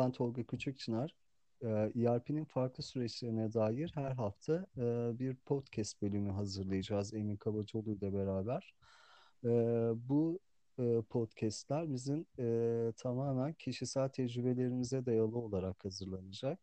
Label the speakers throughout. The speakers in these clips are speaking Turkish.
Speaker 1: Ben Tolga Küçükçınar. ERP'nin farklı süreçlerine dair her hafta bir podcast bölümü hazırlayacağız Emin Kabacoğlu ile beraber. E, Bu podcastler bizim tamamen kişisel tecrübelerimize dayalı olarak hazırlanacak.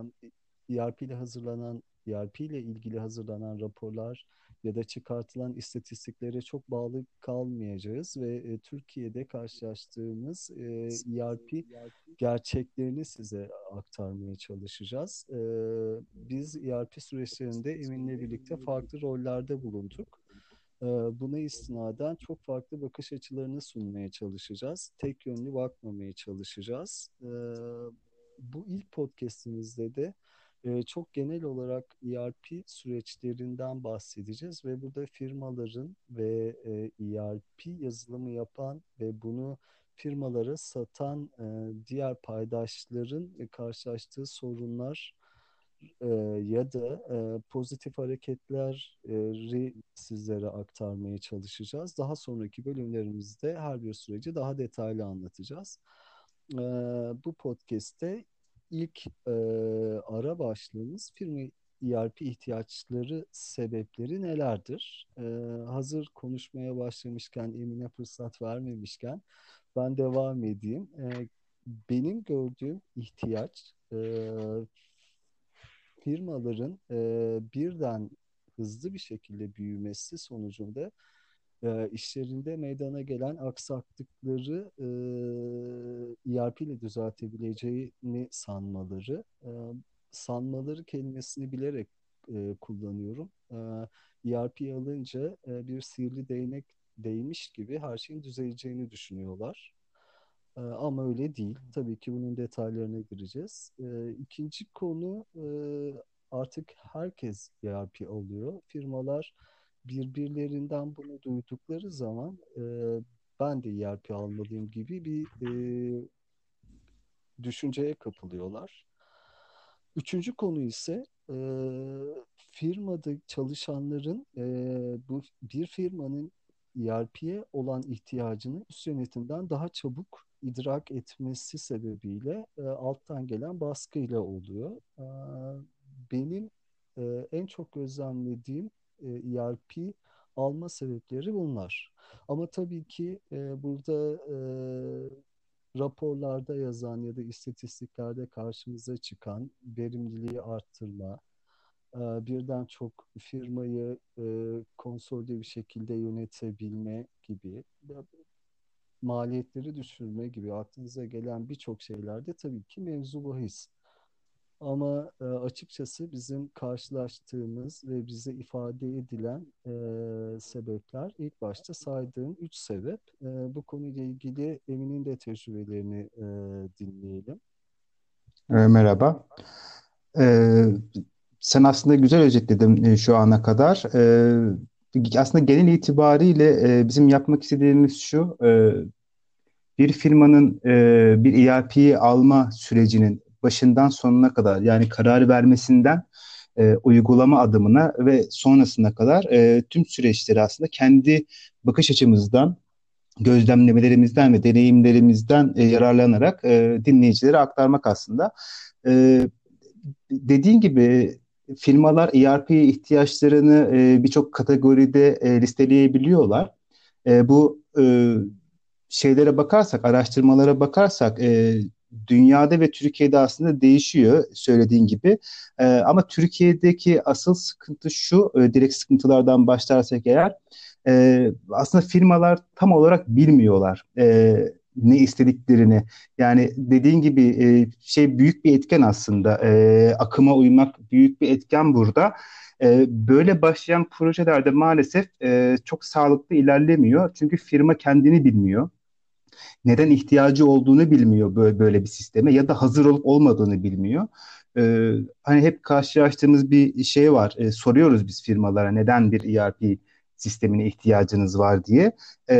Speaker 1: ERP ile ilgili hazırlanan raporlar ya da çıkartılan istatistiklere çok bağlı kalmayacağız ve Türkiye'de karşılaştığımız ERP gerçeklerini size aktarmaya çalışacağız. Biz ERP süreçlerinde Emin'le birlikte farklı rollerde bulunduk. Buna istinaden çok farklı bakış açılarını sunmaya çalışacağız. Tek yönlü bakmamaya çalışacağız. Bu ilk podcastimizde de çok genel olarak ERP süreçlerinden bahsedeceğiz ve burada firmaların ve ERP yazılımı yapan ve bunu firmalara satan diğer paydaşların karşılaştığı sorunlar e, ya da pozitif hareketleri sizlere aktarmaya çalışacağız. Daha sonraki bölümlerimizde her bir süreci daha detaylı anlatacağız. E, Bu podcast'te ilk ara başlığımız firma ERP ihtiyaçları sebepleri nelerdir? Hazır konuşmaya başlamışken, Emine fırsat vermemişken ben devam edeyim. Benim gördüğüm ihtiyaç firmaların birden hızlı bir şekilde büyümesi sonucunda işlerinde meydana gelen aksaklıkları ERP ile düzeltebileceğini sanmaları. Sanmaları kelimesini bilerek kullanıyorum. ERP alınca bir sihirli değnek değmiş gibi her şeyin düzeleceğini düşünüyorlar. Ama öyle değil. Tabii ki bunun detaylarına gireceğiz. İkinci konu artık herkes ERP alıyor. Firmalar birbirlerinden bunu duydukları zaman ben de ERP almalıyım gibi bir düşünceye kapılıyorlar. Üçüncü konu ise firmada çalışanların bu bir firmanın ERP'ye olan ihtiyacını üst yönetimden daha çabuk idrak etmesi sebebiyle alttan gelen baskıyla oluyor. Benim en çok gözlemlediğim ERP alma sebepleri bunlar. Ama tabii ki burada raporlarda yazan ya da istatistiklerde karşımıza çıkan verimliliği arttırma, birden çok firmayı konsolide bir şekilde yönetebilme gibi, maliyetleri düşürme gibi aklınıza gelen birçok şeylerde tabii ki mevzu bahis. Ama açıkçası bizim karşılaştığımız ve bize ifade edilen sebepler ilk başta saydığım üç sebep. Bu konuyla ilgili Emin'in de tecrübelerini dinleyelim.
Speaker 2: Merhaba. Ee, Sen aslında güzel özetledin şu ana kadar. Aslında genel itibariyle bizim yapmak istediğimiz şu, bir firmanın bir ERP'yi alma sürecinin başından sonuna kadar yani karar vermesinden uygulama adımına ve sonrasına kadar tüm süreçleri aslında kendi bakış açımızdan gözlemlemelerimizden ve deneyimlerimizden yararlanarak dinleyicilere aktarmak aslında. E, Dediğin gibi firmalar ERP ihtiyaçlarını birçok kategoride listeleyebiliyorlar. Bu şeylere bakarsak, araştırmalara bakarsak dünyada ve Türkiye'de aslında değişiyor söylediğin gibi. Ama Türkiye'deki asıl sıkıntı şu, direkt sıkıntılardan başlarsak eğer, aslında firmalar tam olarak bilmiyorlar ne istediklerini. Yani dediğin gibi şey büyük bir etken aslında. Akıma uymak büyük bir etken burada. Böyle başlayan projelerde maalesef çok sağlıklı ilerlemiyor. Çünkü firma kendini bilmiyor. Neden ihtiyacı olduğunu bilmiyor böyle bir sisteme ya da hazır olup olmadığını bilmiyor. Hani hep karşılaştığımız bir şey var. Soruyoruz biz firmalara neden bir ERP sistemine ihtiyacınız var diye.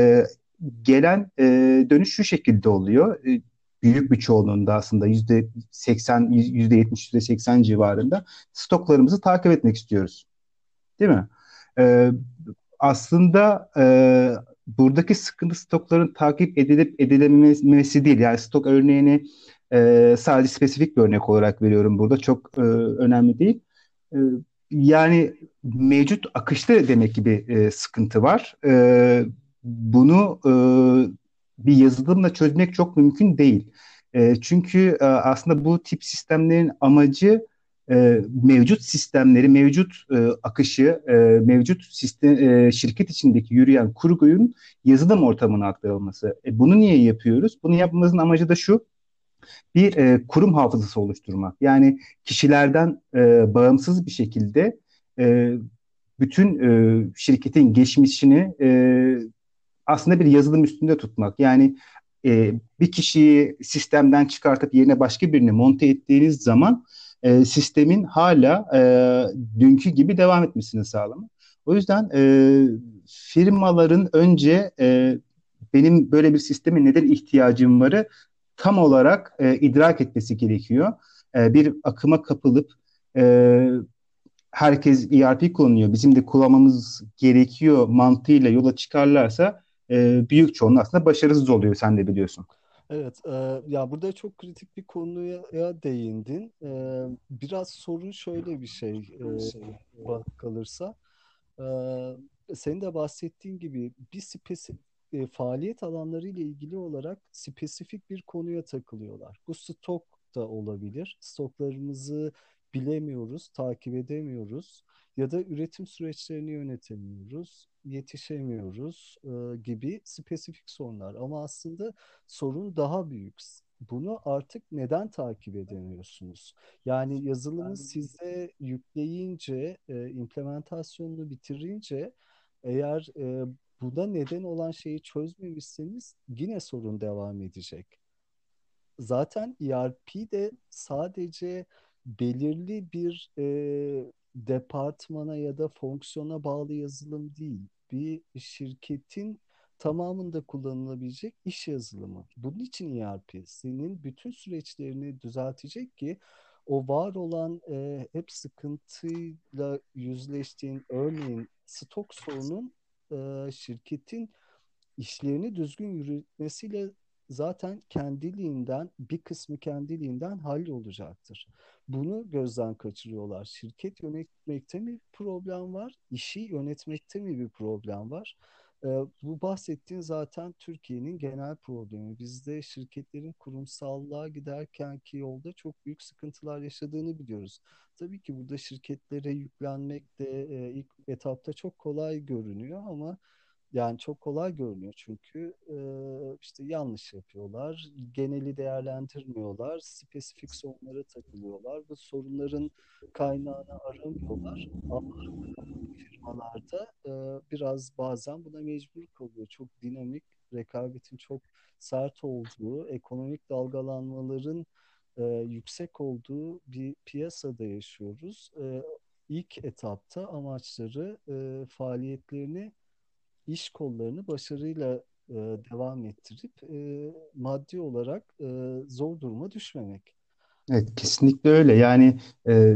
Speaker 2: Gelen dönüş şu şekilde oluyor. Büyük bir çoğunluğunda aslında %80, %70, %80 civarında stoklarımızı takip etmek istiyoruz. Değil mi? Ee, Aslında buradaki sıkıntı stokların takip edilip edilememesi değil. Yani stok örneğini Sadece spesifik bir örnek olarak veriyorum burada. Çok önemli değil. E, Yani mevcut akışta demek ki bir sıkıntı var. Bunu bir yazılımla çözmek çok mümkün değil. Çünkü aslında bu tip sistemlerin amacı mevcut sistemleri, mevcut akışı, mevcut sistem, şirket içindeki yürüyen kurguyun yazılım ortamına aktarılması. Bunu niye yapıyoruz? Bunu yapmamızın amacı da şu: bir kurum hafızası oluşturmak. Yani kişilerden bağımsız bir şekilde e, bütün şirketin geçmişini aslında bir yazılım üstünde tutmak. Yani bir kişiyi sistemden çıkartıp yerine başka birini monte ettiğiniz zaman sistemin hala dünkü gibi devam etmesini sağlamak. O yüzden firmaların önce benim böyle bir sisteme neden ihtiyacım varı tam olarak idrak etmesi gerekiyor. Bir akıma kapılıp e, herkes ERP kullanıyor, bizim de kullanmamız gerekiyor mantığıyla yola çıkarlarsa büyük çoğunluğu aslında başarısız oluyor, sen de biliyorsun.
Speaker 1: Evet, ya burada çok kritik bir konuya değindin. Biraz sorun şöyle bir şey bana kalırsa. Senin de bahsettiğin gibi bir faaliyet alanları ile ilgili olarak spesifik bir konuya takılıyorlar. Bu stok da olabilir. Stoklarımızı bilemiyoruz, takip edemiyoruz ya da üretim süreçlerini yönetemiyoruz, yetişemiyoruz gibi spesifik sorunlar. Ama aslında sorun daha büyük. Bunu artık neden takip edemiyorsunuz? Yani yazılımı size yükleyince, implementasyonunu bitirince eğer buna neden olan şeyi çözmemişseniz yine sorun devam edecek. Zaten ERP de sadece belirli bir departmana ya da fonksiyona bağlı yazılım değil. Bir şirketin tamamında kullanılabilecek iş yazılımı. Bunun için ERP senin bütün süreçlerini düzeltecek ki o var olan hep sıkıntıyla yüzleştiğin örneğin stok sorunun şirketin işlerini düzgün yürütmesiyle zaten kendiliğinden bir kısmı kendiliğinden hallolacaktır. Bunu gözden kaçırıyorlar. Şirket yönetmekte mi problem var? İşi yönetmekte mi bir problem var? Bu bahsettiğin zaten Türkiye'nin genel problemi. Bizde şirketlerin kurumsallığa giderkenki yolda çok büyük sıkıntılar yaşadığını biliyoruz. Tabii ki burada şirketlere yüklenmek de ilk etapta çok kolay görünüyor ama yani çok kolay görünüyor çünkü işte yanlış yapıyorlar, geneli değerlendirmiyorlar, spesifik sorunlara takılıyorlar. Bu sorunların kaynağını aramıyorlar. Ama firmalarda biraz bazen buna mecbur kalıyor. Çok dinamik, rekabetin çok sert olduğu, ekonomik dalgalanmaların yüksek olduğu bir piyasada yaşıyoruz. İlk etapta amaçları faaliyetlerini iş kollarını başarıyla devam ettirip maddi olarak zor duruma düşmemek.
Speaker 2: Evet, kesinlikle öyle. E,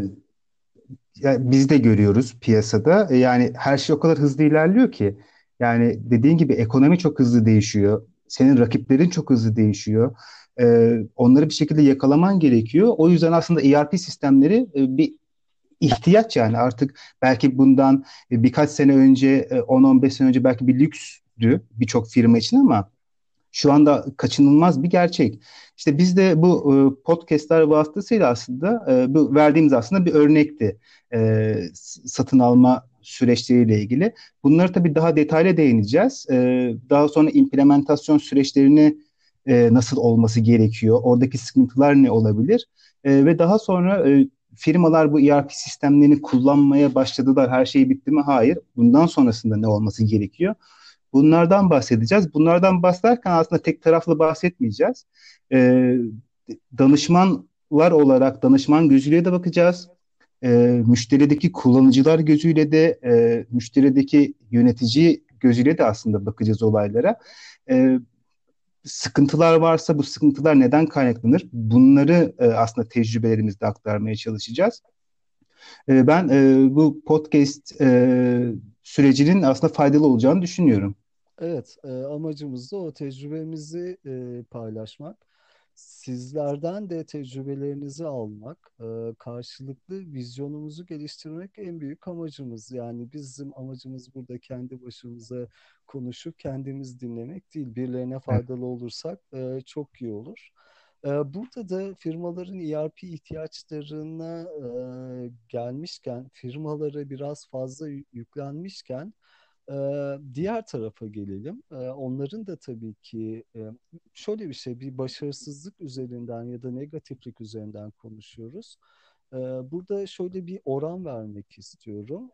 Speaker 2: Yani biz de görüyoruz piyasada. Yani her şey o kadar hızlı ilerliyor ki. Yani dediğin gibi ekonomi çok hızlı değişiyor. Senin rakiplerin çok hızlı değişiyor. Onları bir şekilde yakalaman gerekiyor. O yüzden aslında ERP sistemleri bir ihtiyaç yani. Artık belki bundan birkaç sene önce, 10-15 sene önce belki bir lükstü birçok firma için ama şu anda kaçınılmaz bir gerçek. İşte biz de bu podcastler vasıtasıyla aslında bu verdiğimiz aslında bir örnekti. Satın alma süreçleriyle ilgili. Bunları tabii daha detaylı değineceğiz. Daha sonra implementasyon süreçlerini nasıl olması gerekiyor? Oradaki sıkıntılar ne olabilir? Ve daha sonra firmalar bu ERP sistemlerini kullanmaya başladılar. Her şey bitti mi? Hayır. Bundan sonrasında ne olması gerekiyor? Bunlardan bahsedeceğiz. Bunlardan bahsederken aslında tek taraflı bahsetmeyeceğiz. Ee, Danışmanlar olarak danışman gözüyle de bakacağız. Müşterideki kullanıcılar gözüyle de, müşterideki yönetici gözüyle de aslında bakacağız olaylara. Ee, Sıkıntılar varsa bu sıkıntılar neden kaynaklanır? Bunları aslında tecrübelerimizde aktarmaya çalışacağız. Ben bu podcast sürecinin aslında faydalı olacağını düşünüyorum.
Speaker 1: Evet, amacımız da o tecrübemizi paylaşmak. Sizlerden de tecrübelerinizi almak, karşılıklı vizyonumuzu geliştirmek en büyük amacımız. Yani bizim amacımız burada kendi başımıza konuşup kendimiz dinlemek değil. Birilerine
Speaker 2: Evet.
Speaker 1: faydalı olursak çok iyi olur. Burada da firmaların ERP ihtiyaçlarına gelmişken, firmalara biraz fazla yüklenmişken, diğer tarafa gelelim. Onların da tabii ki şöyle bir şey, bir başarısızlık üzerinden ya da negatiflik üzerinden konuşuyoruz. Burada şöyle bir oran vermek istiyorum.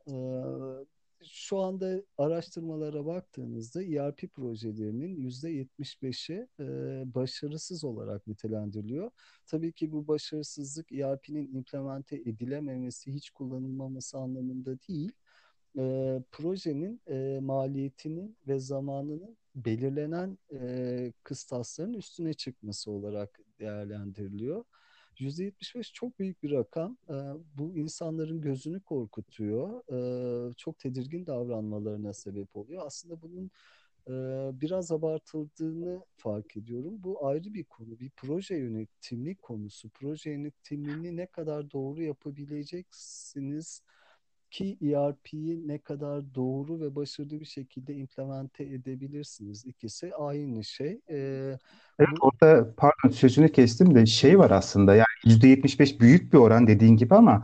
Speaker 1: Şu anda araştırmalara baktığınızda ERP projelerinin %75'i başarısız olarak nitelendiriliyor. Tabii ki bu başarısızlık ERP'nin implemente edilememesi, hiç kullanılmaması anlamında değil, projenin maliyetinin ve zamanının belirlenen kıstasların üstüne çıkması olarak değerlendiriliyor. %75 çok büyük bir rakam. Bu insanların gözünü korkutuyor. Çok tedirgin davranmalarına sebep oluyor. Aslında bunun biraz abartıldığını fark ediyorum. Bu ayrı bir konu, bir proje yönetimi konusu. Proje yönetimini ne kadar doğru yapabileceksiniz ki ERP'yi ne kadar doğru ve başarılı bir şekilde implemente edebilirsiniz. İkisi aynı şey.
Speaker 2: Evet,
Speaker 1: Bu
Speaker 2: orada pardon sözünü kestim de şey
Speaker 1: buyurun.
Speaker 2: var aslında, yani %75 büyük bir oran dediğin gibi ama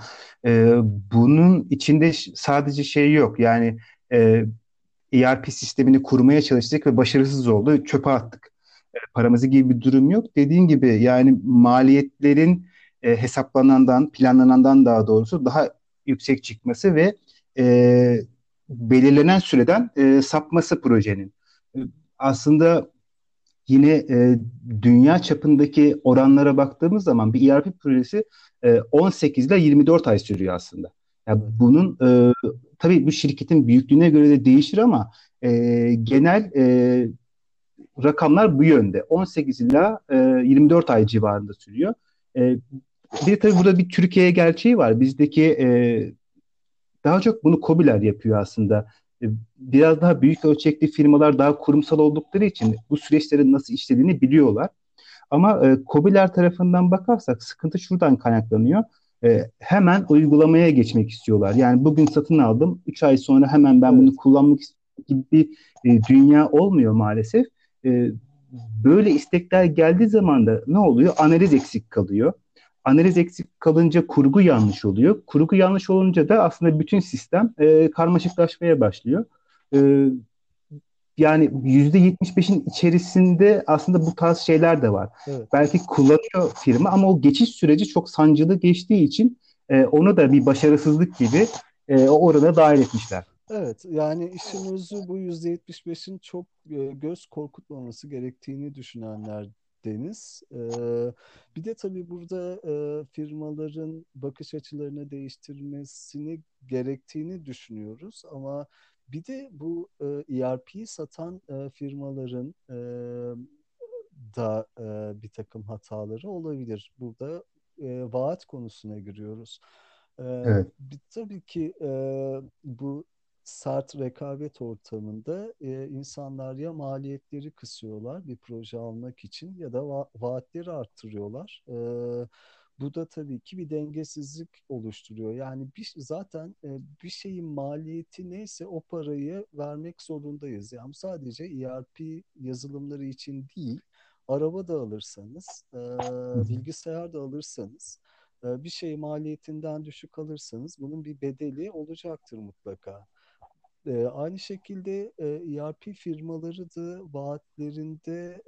Speaker 2: bunun içinde sadece şey yok. Yani e, ERP sistemini kurmaya çalıştık ve başarısız oldu. Çöpe attık. Paramızı gibi bir durum yok. Dediğin gibi yani maliyetlerin hesaplanandan, planlanandan daha doğrusu daha yüksek çıkması ve e, belirlenen süreden sapması projenin. E, Aslında yine dünya çapındaki oranlara baktığımız zaman bir ERP projesi 18 ile 24 ay sürüyor aslında. Ya
Speaker 1: Evet.
Speaker 2: bunun tabii bu şirketin büyüklüğüne göre de değişir ama genel rakamlar bu yönde. 18 ila 24 ay civarında sürüyor. E, Bir de tabii burada bir Türkiye gerçeği var. Bizdeki daha çok bunu KOBİ'ler yapıyor aslında. Biraz daha büyük ölçekli firmalar daha kurumsal oldukları için bu süreçlerin nasıl işlediğini biliyorlar. Ama KOBİ'ler tarafından bakarsak sıkıntı şuradan kaynaklanıyor. Hemen uygulamaya geçmek istiyorlar. Yani bugün satın aldım, 3 ay sonra hemen ben bunu
Speaker 1: Evet.
Speaker 2: kullanmak istiyorum gibi bir dünya olmuyor maalesef. E, Böyle istekler geldiği zaman da ne oluyor? Analiz eksik kalıyor. Analiz eksik kalınca kurgu yanlış oluyor. Kurgu yanlış olunca da aslında bütün sistem karmaşıklaşmaya başlıyor. E, Yani %75'in içerisinde aslında bu tarz şeyler de var.
Speaker 1: Evet.
Speaker 2: Belki kullanıyor firma ama o geçiş süreci çok sancılı geçtiği için onu da bir başarısızlık gibi o orana dahil etmişler.
Speaker 1: Evet, yani işin özü bu %75'in çok göz korkutmaması gerektiğini düşünenlerdeniz. Bir de tabii burada firmaların bakış açılarını değiştirmesini gerektiğini düşünüyoruz. Ama bir de bu ERP'yi satan firmaların da bir takım hataları olabilir. Burada vaat konusuna giriyoruz.
Speaker 2: Evet.
Speaker 1: Tabii ki bu sert rekabet ortamında insanlar ya maliyetleri kısıyorlar bir proje almak için ya da vaatleri arttırıyorlar. Bu da tabii ki bir dengesizlik oluşturuyor. Yani zaten bir şeyin maliyeti neyse o parayı vermek zorundayız. Yani sadece ERP yazılımları için değil, araba da alırsanız,
Speaker 2: Hı hı.
Speaker 1: bilgisayar da alırsanız, bir şey maliyetinden düşük alırsanız bunun bir bedeli olacaktır mutlaka. Aynı şekilde ERP firmaları da vaatlerinde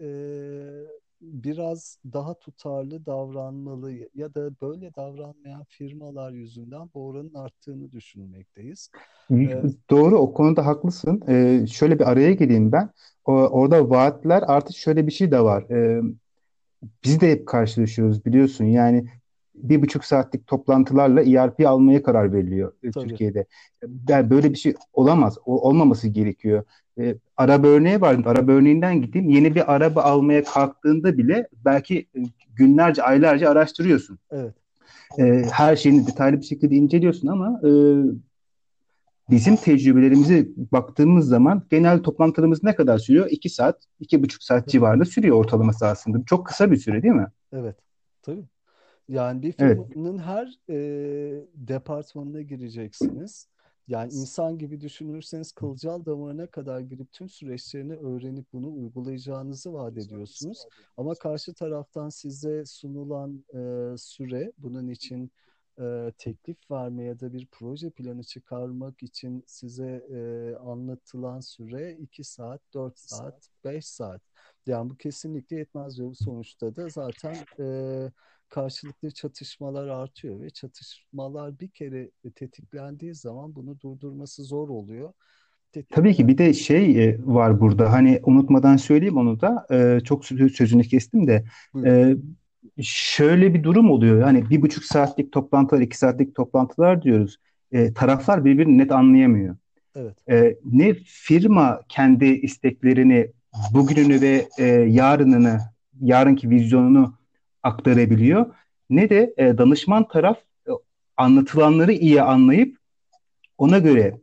Speaker 1: biraz daha tutarlı davranmalı ya da böyle davranmayan firmalar yüzünden bu oranın arttığını düşünmekteyiz. E,
Speaker 2: Doğru, o konuda haklısın. Şöyle bir araya gireyim ben. Orada vaatler artık şöyle bir şey de var. Biz de hep karşılaşıyoruz biliyorsun. Yani 1,5 saatlik toplantılarla ERP almaya karar veriliyor
Speaker 1: tabii,
Speaker 2: Türkiye'de. Yani böyle bir şey olamaz. Olmaması gerekiyor. Araba örneği var. Araba örneğinden gideyim. Yeni bir araba almaya kalktığında bile belki günlerce, aylarca araştırıyorsun.
Speaker 1: evet,
Speaker 2: Her şeyini detaylı bir şekilde inceliyorsun ama bizim tecrübelerimize baktığımız zaman genel toplantılarımız ne kadar sürüyor? 2 saat, 2,5 saat civarında sürüyor ortalaması aslında. Çok kısa bir süre değil mi?
Speaker 1: Evet, tabii. Yani bir
Speaker 2: Evet.
Speaker 1: firmanın her departmanına gireceksiniz. Yani insan gibi düşünürseniz kılcal damarına kadar girip tüm süreçlerini öğrenip bunu uygulayacağınızı vaat ediyorsunuz. Ama karşı taraftan size sunulan süre bunun için teklif verme ya da bir proje planı çıkarmak için size anlatılan süre 2 saat, 4 saat, 5 saat. Yani bu kesinlikle yetmez ve sonuçta da zaten karşılıklı çatışmalar artıyor ve çatışmalar bir kere tetiklendiği zaman bunu durdurması zor oluyor.
Speaker 2: Tabii ki
Speaker 1: Tetiklenen
Speaker 2: bir de şey var burada. Hani unutmadan söyleyeyim onu da. Çok sözünü kestim de.
Speaker 1: buyurun.
Speaker 2: E, Şöyle bir durum oluyor. Hani 1,5 saatlik toplantılar, 2 saatlik toplantılar diyoruz. Taraflar birbirini net anlayamıyor.
Speaker 1: Evet,
Speaker 2: Ne firma kendi isteklerini, bugününü ve yarınını, yarınki vizyonunu aktarabiliyor, ne de danışman taraf anlatılanları iyi anlayıp ona göre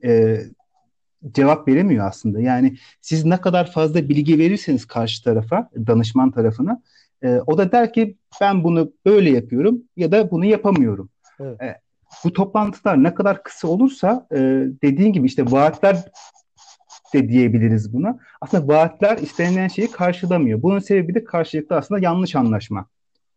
Speaker 2: cevap veremiyor aslında. Yani siz ne kadar fazla bilgi verirseniz karşı tarafa, danışman tarafına, o da der ki ben bunu böyle yapıyorum ya da bunu yapamıyorum.
Speaker 1: evet,
Speaker 2: E, Bu toplantılar ne kadar kısa olursa dediğin gibi işte vaatler de diyebiliriz buna. Aslında vaatler istenilen şeyi karşılamıyor. Bunun sebebi de karşılıklı aslında yanlış anlaşma.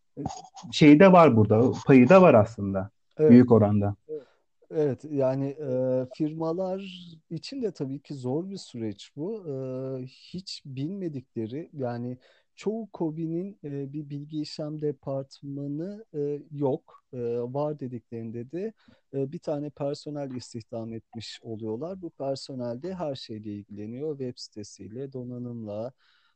Speaker 2: Şeyi de var burada, payı da var aslında
Speaker 1: evet.
Speaker 2: büyük oranda.
Speaker 1: Evet, yani firmalar için de tabii ki zor bir süreç bu. Hiç bilmedikleri yani çoğu KOBİ'nin bir bilgi işlem departmanı yok. Var dediklerinde de bir tane personel istihdam etmiş oluyorlar. Bu personel de her şeyle ilgileniyor. Web sitesiyle, donanımla,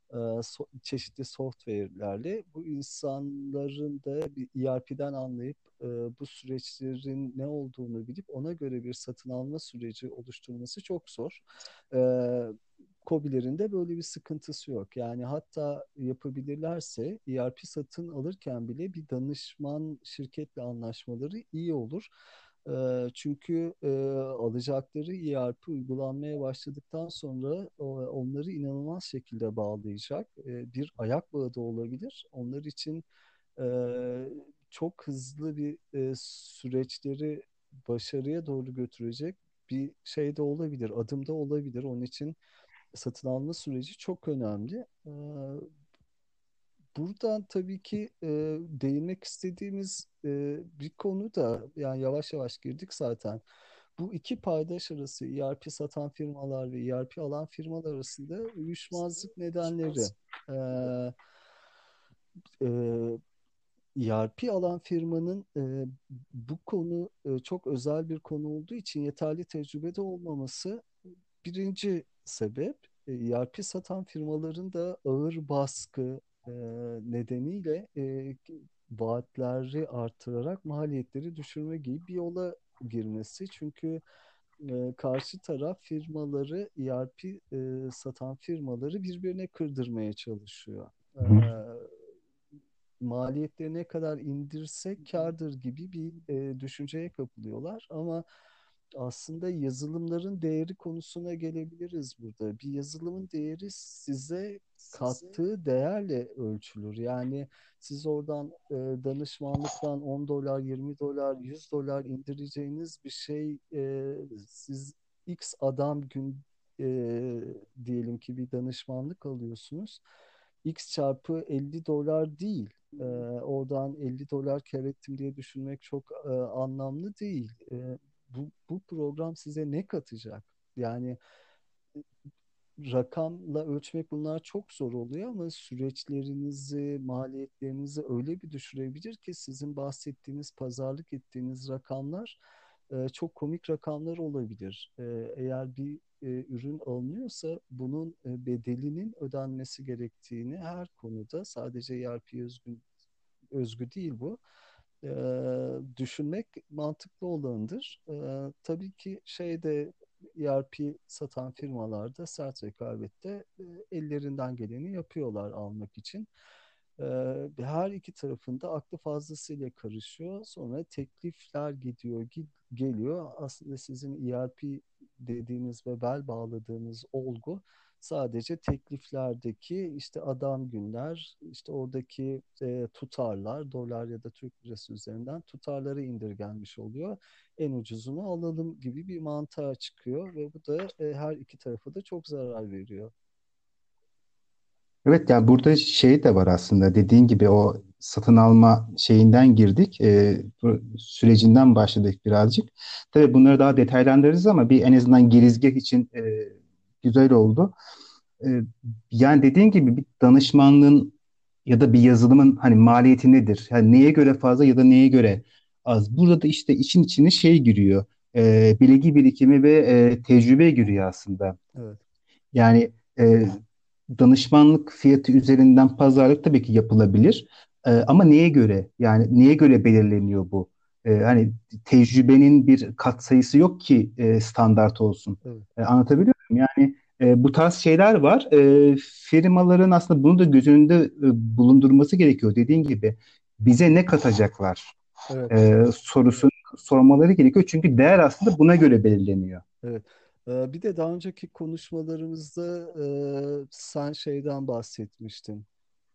Speaker 1: çeşitli software'lerle bu insanların da bir ERP'den anlayıp bu süreçlerin ne olduğunu bilip ona göre bir satın alma süreci oluşturması çok zor. E, KOBİ'lerin de böyle bir sıkıntısı yok. Yani hatta yapabilirlerse ERP satın alırken bile bir danışman şirketle anlaşmaları iyi olur. Çünkü alacakları ERP uygulanmaya başladıktan sonra onları inanılmaz şekilde bağlayacak bir ayak bağı da olabilir. Onlar için e, çok hızlı bir süreçleri başarıya doğru götürecek bir şey de olabilir, adım da olabilir. Onun için satın alma süreci çok önemli. Buradan tabii ki değinmek istediğimiz bir konu da yani yavaş yavaş girdik zaten. Bu iki paydaş arası ERP satan firmalar ve ERP alan firmalar arasında uyuşmazlık nedenleri. E, ERP alan firmanın bu konu çok özel bir konu olduğu için yeterli tecrübede olmaması birinci sebep. ERP satan firmaların da ağır baskı nedeniyle vaatleri artırarak maliyetleri düşürme gibi bir yola girmesi. Çünkü karşı taraf firmaları ERP satan firmaları birbirine kırdırmaya çalışıyor.
Speaker 2: Hı hı.
Speaker 1: Maliyetleri ne kadar indirsek kârdır gibi bir düşünceye kapılıyorlar. Ama aslında yazılımların değeri konusuna gelebiliriz burada. Bir yazılımın değeri size kattığı değerle ölçülür. Yani siz oradan danışmanlıktan 10 dolar, 20 dolar, 100 dolar indireceğiniz bir şey siz X adam gün diyelim ki bir danışmanlık alıyorsunuz. X çarpı 50 dolar değil. Oradan 50 dolar kar ettim diye düşünmek çok anlamlı değil. Bu program size ne katacak? Yani rakamla ölçmek bunlar çok zor oluyor ama süreçlerinizi, maliyetlerinizi öyle bir düşürebilir ki sizin bahsettiğiniz, pazarlık ettiğiniz rakamlar çok komik rakamlar olabilir. Eğer bir ürün alınıyorsa bunun bedelinin ödenmesi gerektiğini her konuda sadece ERP özgü değil bu. Düşünmek mantıklı olanıdır. Tabii ki şeyde ERP satan firmalarda sert rekabette ellerinden geleni yapıyorlar almak için. Her iki tarafında aklı fazlasıyla karışıyor. Sonra teklifler gidiyor, geliyor. Aslında sizin ERP dediğiniz ve bel bağladığınız olgu sadece tekliflerdeki işte adam günler, işte oradaki tutarlar, dolar ya da Türk lirası üzerinden tutarlara indirgenmiş oluyor. En ucuzunu alalım gibi bir mantığa çıkıyor ve bu da her iki tarafa da çok zarar veriyor.
Speaker 2: Evet, yani burada şey de var aslında, dediğin gibi o satın alma şeyinden girdik. Bu sürecinden başladık birazcık. Tabii bunları daha detaylandırırız ama bir en azından girizgah için güzel oldu. E, Yani dediğin gibi bir danışmanlığın ya da bir yazılımın hani maliyeti nedir? Yani neye göre fazla ya da neye göre az? Burada da işte için içine şey giriyor. Bilgi birikimi ve tecrübe giriyor aslında.
Speaker 1: Evet,
Speaker 2: Yani danışmanlık fiyatı üzerinden pazarlık tabii ki yapılabilir. Ama neye göre? Yani neye göre belirleniyor bu? Hani tecrübenin bir katsayısı yok ki standart olsun.
Speaker 1: evet.
Speaker 2: Anlatabiliyor muyum? Yani bu tarz şeyler var. Firmaların aslında bunu da göz önünde bulundurması gerekiyor. Dediğin gibi bize ne katacaklar
Speaker 1: Evet.
Speaker 2: sorusunu sormaları gerekiyor. Çünkü değer aslında buna göre belirleniyor.
Speaker 1: Evet. Bir de daha önceki konuşmalarımızda sen şeyden bahsetmiştin.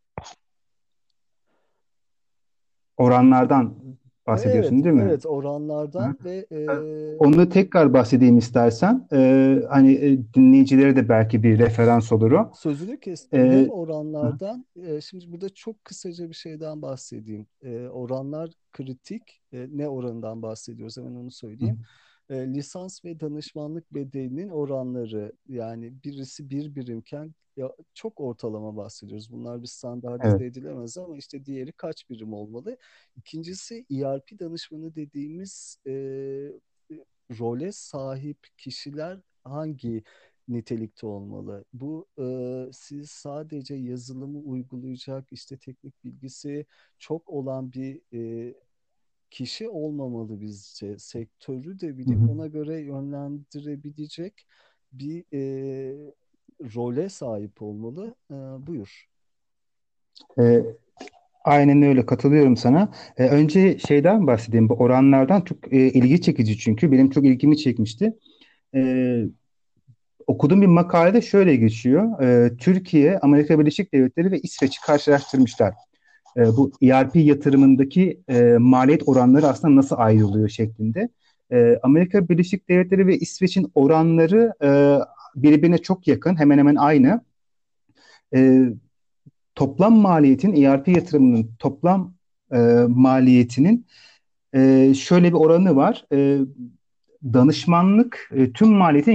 Speaker 2: Oranlardan
Speaker 1: Evet,
Speaker 2: bahsediyorsun değil mi?
Speaker 1: evet oranlardan ve
Speaker 2: Onu tekrar bahsedeyim istersen. Hani dinleyicilere de belki bir referans olur o.
Speaker 1: sözünü kestim. Hem
Speaker 2: Ee,
Speaker 1: oranlardan, şimdi burada çok kısaca bir şeyden bahsedeyim. Oranlar kritik. Ne oranından bahsediyoruz? Hemen onu söyleyeyim. Lisans ve danışmanlık bedelinin oranları yani birisi bir birimken ya çok ortalama bahsediyoruz. Bunlar bir standartize
Speaker 2: evet.
Speaker 1: edilemez ama işte diğeri kaç birim olmalı? İkincisi ERP danışmanı dediğimiz role sahip kişiler hangi nitelikte olmalı? Bu siz sadece yazılımı uygulayacak işte teknik bilgisi çok olan bir kişi olmamalı bizce. Sektörü de
Speaker 2: Hı
Speaker 1: bilip
Speaker 2: hı.
Speaker 1: ona göre yönlendirebilecek bir role sahip olmalı. Buyur.
Speaker 2: Ee, aynen öyle, katılıyorum sana. Önce şeyden bahsedeyim, bu oranlardan çok ilgi çekici, çünkü benim çok ilgimi çekmişti. Ee, Okuduğum bir makalede şöyle geçiyor. Türkiye, Amerika Birleşik Devletleri ve İsveç'i karşılaştırmışlar. Bu ERP yatırımındaki maliyet oranları aslında nasıl ayrılıyor şeklinde. Amerika Birleşik Devletleri ve İsveç'in oranları birbirine çok yakın, hemen hemen aynı. E, Toplam maliyetin, ERP yatırımının toplam maliyetinin şöyle bir oranı var. Danışmanlık tüm maliyetin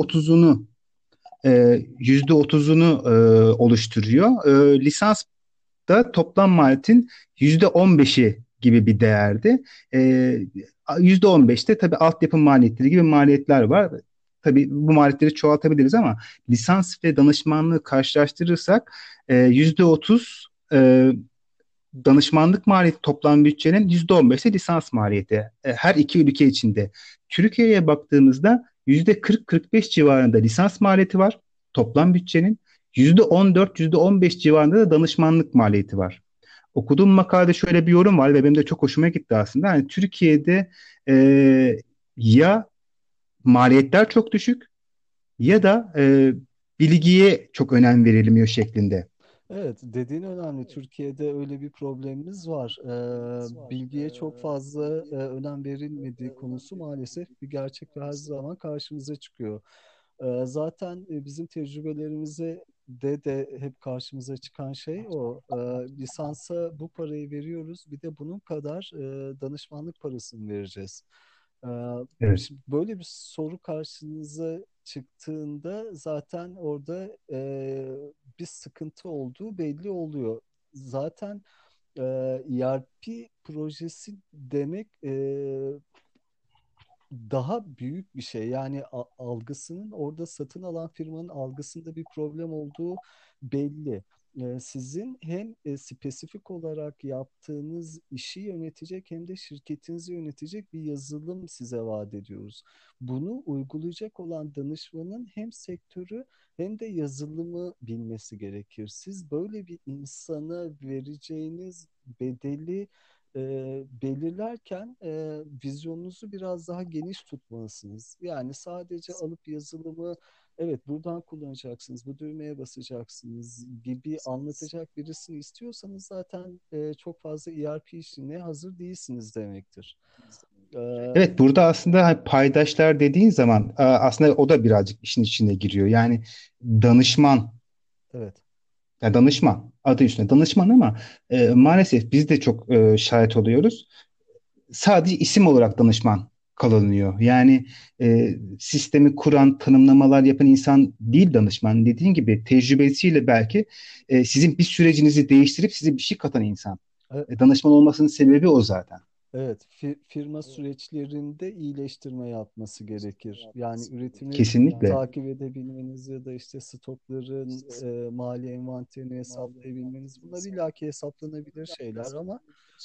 Speaker 2: %30'unu oluşturuyor. Lisans da toplam maliyetin %15'i gibi bir değerdi. Ee, %15'te tabii altyapı maliyetleri gibi maliyetler var. Tabii bu maliyetleri çoğaltabiliriz ama lisans ve danışmanlığı karşılaştırırsak %30 danışmanlık maliyeti toplam bütçenin %15'i lisans maliyeti. Her iki ülke içinde. Türkiye'ye baktığımızda %40-45 civarında lisans maliyeti var toplam bütçenin. %14-15 civarında da danışmanlık maliyeti var. Okuduğum makalede şöyle bir yorum var ve benim de çok hoşuma gitti aslında. Yani Türkiye'de ya maliyetler çok düşük ya da bilgiye çok önem verilmiyor şeklinde.
Speaker 1: Evet, dediğin önemli. Türkiye'de öyle bir problemimiz var. Bilgiye çok fazla önem verilmediği konusu maalesef bir gerçek ve her zaman karşımıza çıkıyor. Zaten bizim tecrübelerimize de hep karşımıza çıkan şey o. Lisansa bu parayı veriyoruz, bir de bunun kadar danışmanlık parasını vereceğiz. Ee,
Speaker 2: Evet.
Speaker 1: Şimdi böyle bir soru karşınıza çıktığında zaten orada bir sıkıntı olduğu belli oluyor. Zaten e, ERP projesi demek daha büyük bir şey. Yani algısının orada satın alan firmanın algısında bir problem olduğu belli. Sizin hem spesifik olarak yaptığınız işi yönetecek hem de şirketinizi yönetecek bir yazılım size vaat ediyoruz. Bunu uygulayacak olan danışmanın hem sektörü hem de yazılımı bilmesi gerekir. Siz böyle bir insana vereceğiniz bedeli belirlerken vizyonunuzu biraz daha geniş tutmalısınız. Yani sadece alıp yazılımı evet buradan kullanacaksınız, bu düğmeye basacaksınız gibi anlatacak birisini istiyorsanız zaten çok fazla ERP işine hazır değilsiniz demektir. E,
Speaker 2: Evet, burada aslında hani paydaşlar dediğin zaman aslında o da birazcık işin içine giriyor. Yani danışman,
Speaker 1: evet.
Speaker 2: ya danışman adı üstünde danışman ama maalesef biz de çok şahit oluyoruz. Sadece isim olarak danışman kalınıyor. Yani sistemi kuran, tanımlamalar yapan insan değil danışman. Dediğin gibi tecrübesiyle belki sizin bir sürecinizi değiştirip size bir şey katan insan. Danışman olmasının sebebi o zaten.
Speaker 1: Evet, firma süreçlerinde iyileştirme yapması gerekir. Yani üretimi
Speaker 2: Kesinlikle.
Speaker 1: takip edebilmeniz ya da işte stokların mali envanterini hesaplayabilmeniz bunlar illaki hesaplanabilir şeyler ama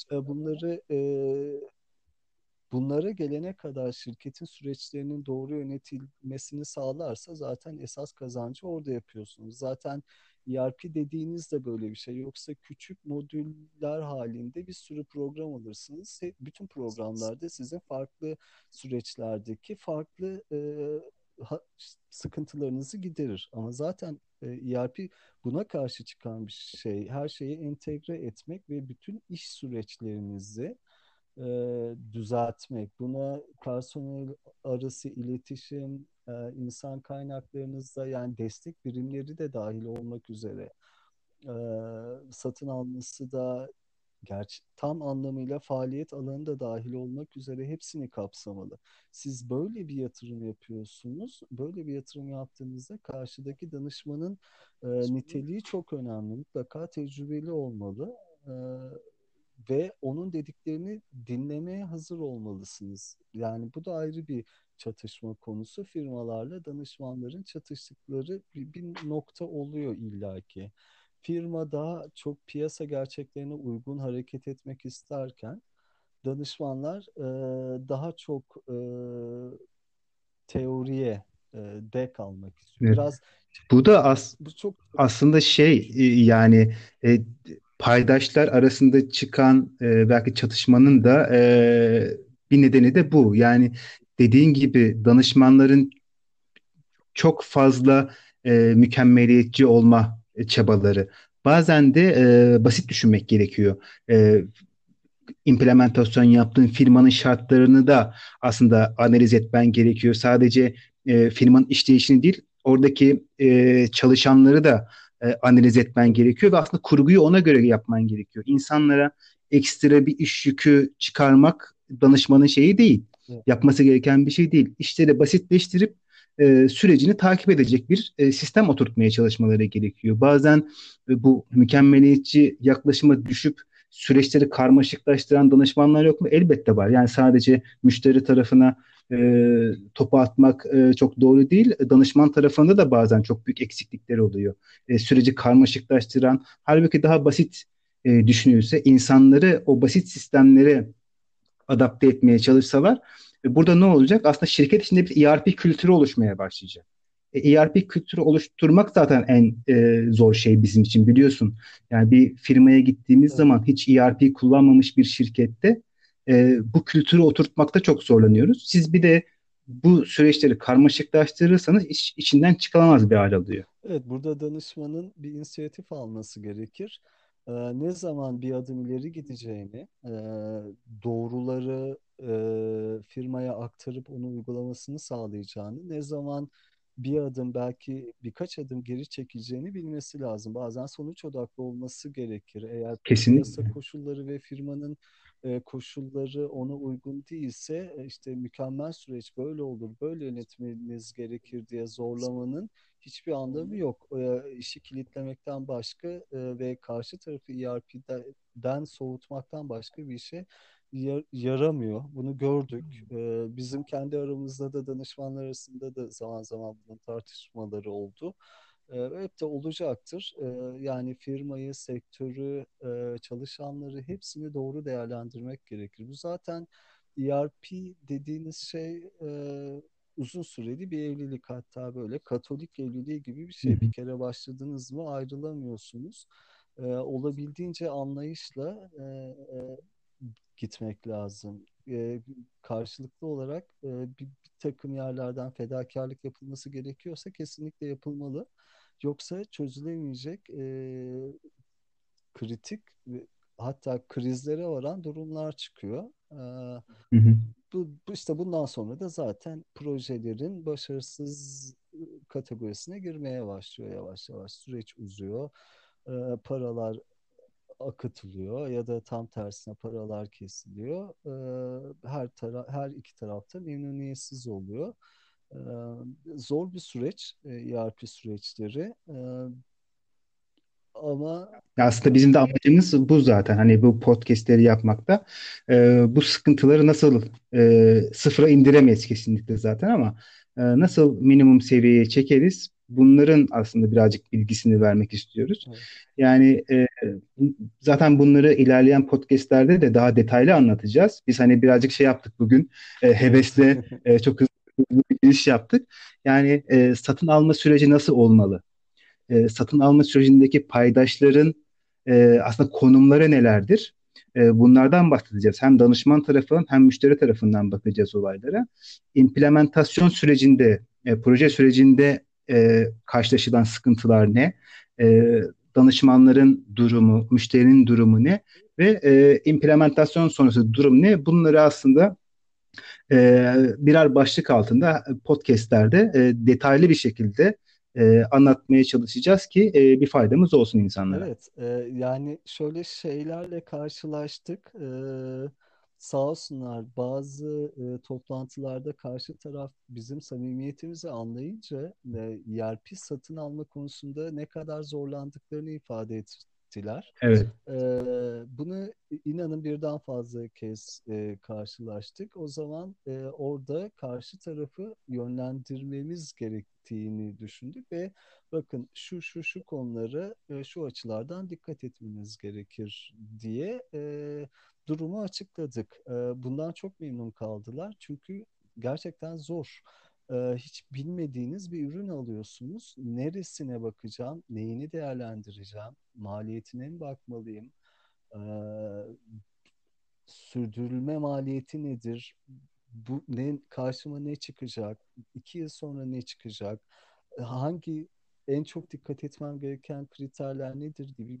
Speaker 1: bunlara gelene kadar şirketin süreçlerinin doğru yönetilmesini sağlarsa zaten esas kazancı orada yapıyorsunuz. Zaten ERP dediğiniz de böyle bir şey. Yoksa küçük modüller halinde bir sürü program alırsınız. Bütün programlarda sizin farklı süreçlerdeki farklı sıkıntılarınızı giderir. Ama zaten ERP buna karşı çıkan bir şey. Her şeyi entegre etmek ve bütün iş süreçlerinizi düzeltmek. Buna personel arası iletişim, insan kaynaklarınızda yani destek birimleri de dahil olmak üzere satın alması da tam anlamıyla faaliyet alanı da dahil olmak üzere hepsini kapsamalı. Siz böyle bir yatırım yapıyorsunuz. Böyle bir yatırım yaptığınızda karşıdaki danışmanın niteliği çok önemli. Mutlaka tecrübeli olmalı. Ve onun dediklerini dinlemeye hazır olmalısınız. Yani bu da ayrı bir çatışma konusu. Firmalarla danışmanların çatıştıkları bir nokta oluyor illaki. Firma daha çok piyasa gerçeklerine uygun hareket etmek isterken danışmanlar daha çok teoriye dek almak istiyor.
Speaker 2: Evet.
Speaker 1: Biraz
Speaker 2: Bu da
Speaker 1: bu çok
Speaker 2: aslında yani e, paydaşlar arasında çıkan belki çatışmanın da bir nedeni de bu. Yani dediğin gibi danışmanların çok fazla mükemmeliyetçi olma çabaları. Bazen de basit düşünmek gerekiyor. E, implementasyon yaptığın firmanın şartlarını da aslında analiz etmen gerekiyor. Sadece firmanın işleyişini değil, oradaki çalışanları da analiz etmen gerekiyor ve aslında kurguyu ona göre yapman gerekiyor. İnsanlara ekstra bir iş yükü çıkarmak danışmanın şeyi değil. Yapması gereken bir şey değil. İşleri basitleştirip sürecini takip edecek bir sistem oturtmaya çalışmaları gerekiyor. Bazen bu mükemmeliyetçi yaklaşıma düşüp süreçleri karmaşıklaştıran danışmanlar yok mu? Elbette var. Yani sadece müşteri tarafına topu atmak çok doğru değil. Danışman tarafında da bazen çok büyük eksiklikler oluyor. Süreci karmaşıklaştıran, halbuki daha basit düşünülse, insanları o basit sistemlere adapte etmeye çalışsalar, burada ne olacak? Aslında şirket içinde bir ERP kültürü oluşmaya başlayacak. ERP kültürü oluşturmak zaten en zor şey bizim için, biliyorsun. Yani bir firmaya gittiğimiz
Speaker 1: evet.
Speaker 2: zaman hiç ERP kullanmamış bir şirkette bu kültürü oturtmakta çok zorlanıyoruz. Siz bir de bu süreçleri karmaşıklaştırırsanız içinden çıkılamaz bir hal alıyor.
Speaker 1: Evet, burada danışmanın bir inisiyatif alması gerekir. Ne zaman bir adım ileri gideceğini, doğruları firmaya aktarıp onu uygulamasını sağlayacağını, ne zaman bir adım belki birkaç adım geri çekileceğini bilmesi lazım. Bazen sonuç odaklı olması gerekir. Eğer piyasa
Speaker 2: Kesinlikle.
Speaker 1: koşulları ve firmanın koşulları ona uygun değilse işte mükemmel süreç böyle olur, böyle yönetmeniz gerekir diye zorlamanın hiçbir anlamı yok. İşi kilitlemekten başka ve karşı tarafı ERP'den soğutmaktan başka bir işe yaramıyor. Bunu gördük. Bizim kendi aramızda da danışmanlar arasında da zaman zaman bunun tartışmaları oldu. Hep de olacaktır. Yani firmayı, sektörü, çalışanları hepsini doğru değerlendirmek gerekir. Bu zaten ERP dediğiniz şey uzun süreli bir evlilik, hatta böyle Katolik evliliği gibi bir
Speaker 2: Hı
Speaker 1: şey. Bir
Speaker 2: hı.
Speaker 1: kere başladınız mı ayrılamıyorsunuz. Olabildiğince anlayışla gitmek lazım. Karşılıklı olarak bir takım yerlerden fedakarlık yapılması gerekiyorsa kesinlikle yapılmalı. Yoksa çözülemeyecek kritik ve hatta krizlere varan durumlar çıkıyor.
Speaker 2: Hı hı.
Speaker 1: İşte bundan sonra da zaten projelerin başarısız kategorisine girmeye başlıyor yavaş yavaş. Süreç uzuyor. Paralar akıtılıyor ya da tam tersine paralar kesiliyor. Her iki tarafta memnuniyetsiz oluyor. Ee, Zor bir süreç, ERP süreçleri. Ama
Speaker 2: Ya aslında bizim de amacımız bu zaten. Hani bu podcastleri yapmakta. Bu sıkıntıları nasıl sıfıra indiremeyiz kesinlikle zaten ama nasıl minimum seviyeye çekeriz? Bunların aslında birazcık bilgisini vermek istiyoruz.
Speaker 1: evet.
Speaker 2: Yani zaten bunları ilerleyen podcastlerde de daha detaylı anlatacağız. Biz hani birazcık şey yaptık bugün.
Speaker 1: Evet.
Speaker 2: Hevesle çok hızlı bir giriş yaptık. Yani satın alma süreci nasıl olmalı? Satın alma sürecindeki paydaşların aslında konumları nelerdir? Bunlardan bahsedeceğiz. Hem danışman tarafından hem müşteri tarafından bakacağız olaylara. İmplementasyon sürecinde, proje sürecinde karşılaşılan sıkıntılar ne? E, Danışmanların durumu, müşterinin durumu ne? Ve implementasyon sonrası durum ne? Bunları aslında birer başlık altında podcastlerde detaylı bir şekilde anlatmaya çalışacağız ki bir faydamız olsun insanlara.
Speaker 1: Evet, yani şöyle şeylerle karşılaştık. Sağ olsunlar bazı toplantılarda karşı taraf bizim samimiyetimizi anlayınca ERP satın alma konusunda ne kadar zorlandıklarını ifade ettiler.
Speaker 2: Evet.
Speaker 1: Bunu inanın birden fazla kez karşılaştık. O zaman orada karşı tarafı yönlendirmemiz gerektiğini düşündük ve bakın şu konuları şu açılardan dikkat etmeniz gerekir diye durumu açıkladık. Bundan çok memnun kaldılar çünkü gerçekten zor. Hiç bilmediğiniz bir ürün alıyorsunuz. Neresine bakacağım, neyini değerlendireceğim, maliyetine mi bakmalıyım, Ee, sürdürülme maliyeti nedir, bu ne karşıma ne çıkacak, 2 yıl sonra ne çıkacak, hangi en çok dikkat etmem gereken kriterler nedir gibi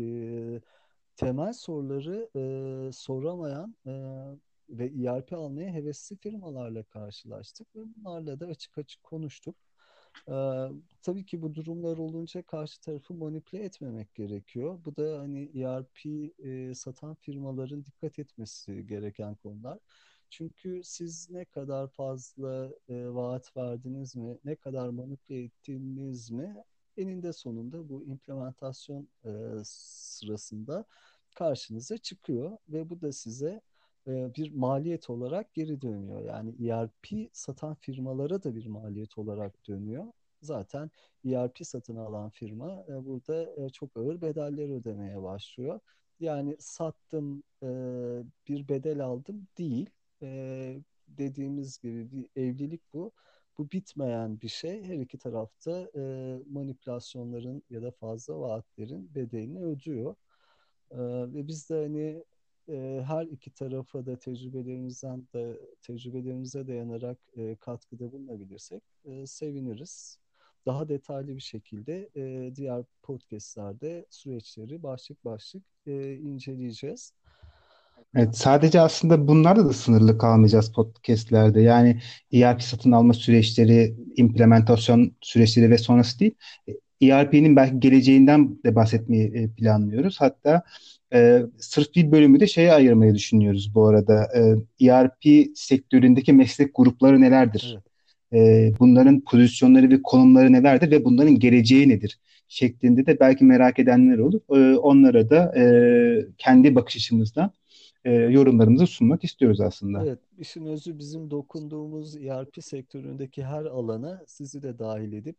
Speaker 1: temel soruları soramayan ve ERP almaya hevesli firmalarla karşılaştık ve bunlarla da açık açık konuştuk. Ee, tabii ki bu durumlar olunca karşı tarafı manipüle etmemek gerekiyor. Bu da hani ERP satan firmaların dikkat etmesi gereken konular. Çünkü siz ne kadar fazla vaat verdiniz mi, ne kadar manipüle ettiniz mi, eninde sonunda bu implementasyon sırasında karşınıza çıkıyor ve bu da size bir maliyet olarak geri dönüyor. Yani ERP satan firmalara da bir maliyet olarak dönüyor. Zaten ERP satın alan firma burada çok ağır bedeller ödemeye başlıyor. Yani sattım, bir bedel aldım değil. Dediğimiz gibi bir evlilik bu. Bu bitmeyen bir şey. Her iki tarafta manipülasyonların ya da fazla vaatlerin bedelini ödüyor. Ve biz de hani her iki tarafa da tecrübelerimize dayanarak katkıda bulunabilirsek seviniriz. Daha detaylı bir şekilde diğer podcastlerde süreçleri başlık başlık inceleyeceğiz.
Speaker 2: Evet, sadece aslında bunlarla da sınırlı kalmayacağız podcastlerde. Yani ERP satın alma süreçleri, implementasyon süreçleri ve sonrası değil. ERP'nin belki geleceğinden de bahsetmeyi planlıyoruz. Hatta sırf bir bölümü de şeye ayırmayı düşünüyoruz bu arada. ERP sektöründeki meslek grupları nelerdir?
Speaker 1: Evet.
Speaker 2: Bunların pozisyonları ve konumları nelerdir ve bunların geleceği nedir? Şeklinde de belki merak edenler olur. Onlara da kendi bakış açımızdan yorumlarımızı sunmak istiyoruz aslında.
Speaker 1: Evet, işin özü bizim dokunduğumuz ERP sektöründeki her alana sizi de dahil edip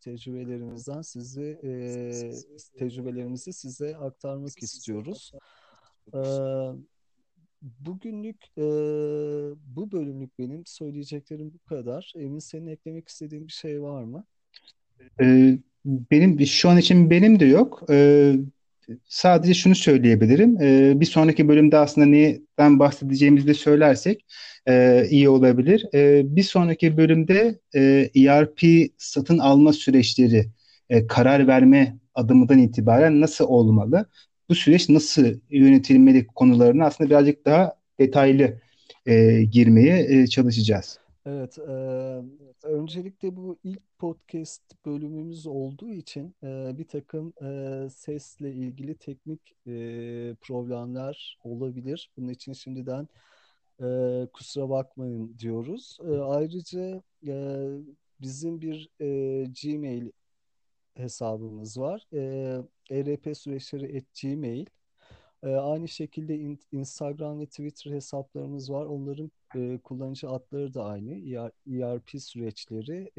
Speaker 1: tecrübelerimizi size aktarmak istiyoruz. Ee, Bugünlük bu bölümlük benim söyleyeceklerim bu kadar. Emin, senin eklemek istediğin bir şey var mı?
Speaker 2: Benim şu an için benim de yok. Sadece şunu söyleyebilirim. Bir sonraki bölümde aslında neden bahsedeceğimizi de söylersek iyi olabilir. Bir sonraki bölümde ERP satın alma süreçleri, karar verme adımından itibaren nasıl olmalı? Bu süreç nasıl yönetilmeli konularını aslında birazcık daha detaylı girmeye çalışacağız.
Speaker 1: Evet, öncelikle bu ilk podcast bölümümüz olduğu için bir takım sesle ilgili teknik problemler olabilir. Bunun için şimdiden kusura bakmayın diyoruz. Ayrıca bizim bir Gmail hesabımız var. erpsüreçleri@gmail. Aynı şekilde Instagram ve Twitter hesaplarımız var. Onların kullanıcı adları da aynı. ERP süreçleri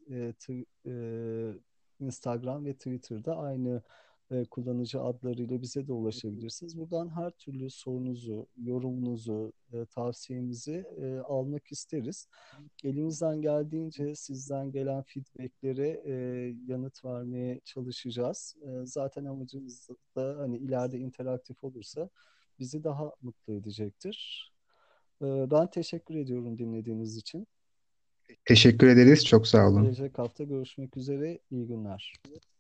Speaker 1: Instagram ve Twitter'da aynı kullanıcı adlarıyla bize de ulaşabilirsiniz. Buradan her türlü sorunuzu, yorumunuzu, tavsiyenizi almak isteriz. Elimizden geldiğince sizden gelen feedbacklere yanıt vermeye çalışacağız. Zaten amacımız da hani ileride interaktif olursa bizi daha mutlu edecektir. Ben teşekkür ediyorum dinlediğiniz için.
Speaker 2: Teşekkür ederiz. Çok sağ olun.
Speaker 1: Gelecek hafta görüşmek üzere. İyi günler.